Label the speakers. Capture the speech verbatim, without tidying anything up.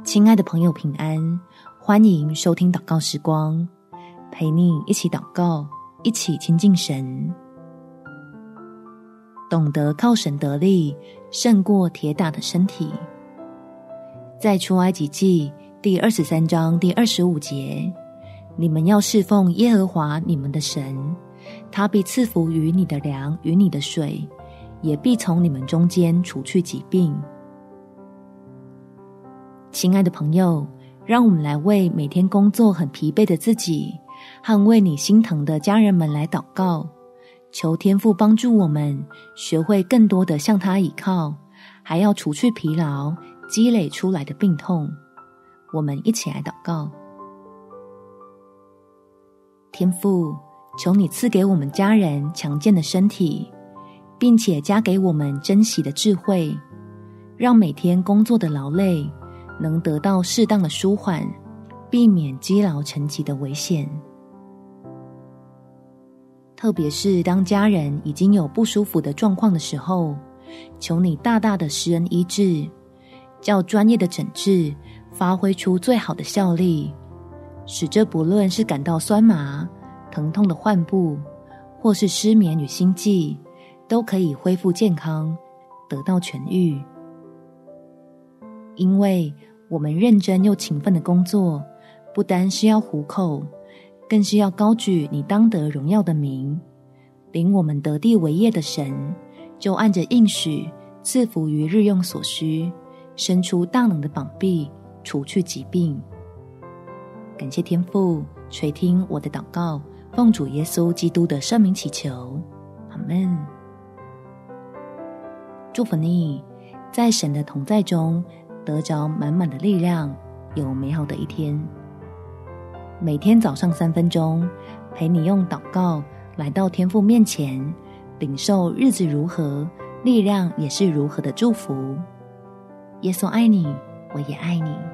Speaker 1: 亲爱的朋友平安，欢迎收听祷告时光，陪你一起祷告，一起亲近神。懂得靠神得力，胜过铁打的身体。在出埃及记第二十三章第二十五节，你们要侍奉耶和华你们的神，他必赐福于你的粮与你的水，也必从你们中间除去疾病。亲爱的朋友，让我们来为每天工作很疲惫的自己，和为你心疼的家人们来祷告，求天父帮助我们学会更多的向他倚靠，还要除去疲劳积累出来的病痛。我们一起来祷告。天父，求你赐给我们家人强健的身体，并且加给我们珍惜的智慧，让每天工作的劳累能得到适当的舒缓，避免积劳成疾的危险。特别是当家人已经有不舒服的状况的时候，求你大大的施恩医治，叫专业的诊治发挥出最好的效力，使这不论是感到酸麻、疼痛的患部，或是失眠与心悸，都可以恢复健康，得到痊愈。因为我们认真又勤奋的工作，不单是要糊口，更是要高举你当得荣耀的名。领我们得地为业的神，就按着应许赐福于日用所需，伸出大能的膀臂，除去疾病。感谢天父垂听我的祷告，奉主耶稣基督的圣名祈求，阿们。祝福你在神的同在中得着满满的力量，有美好的一天。每天早上三分钟，陪你用祷告来到天父面前，领受日子如何，力量也是如何的祝福。耶稣爱你，我也爱你。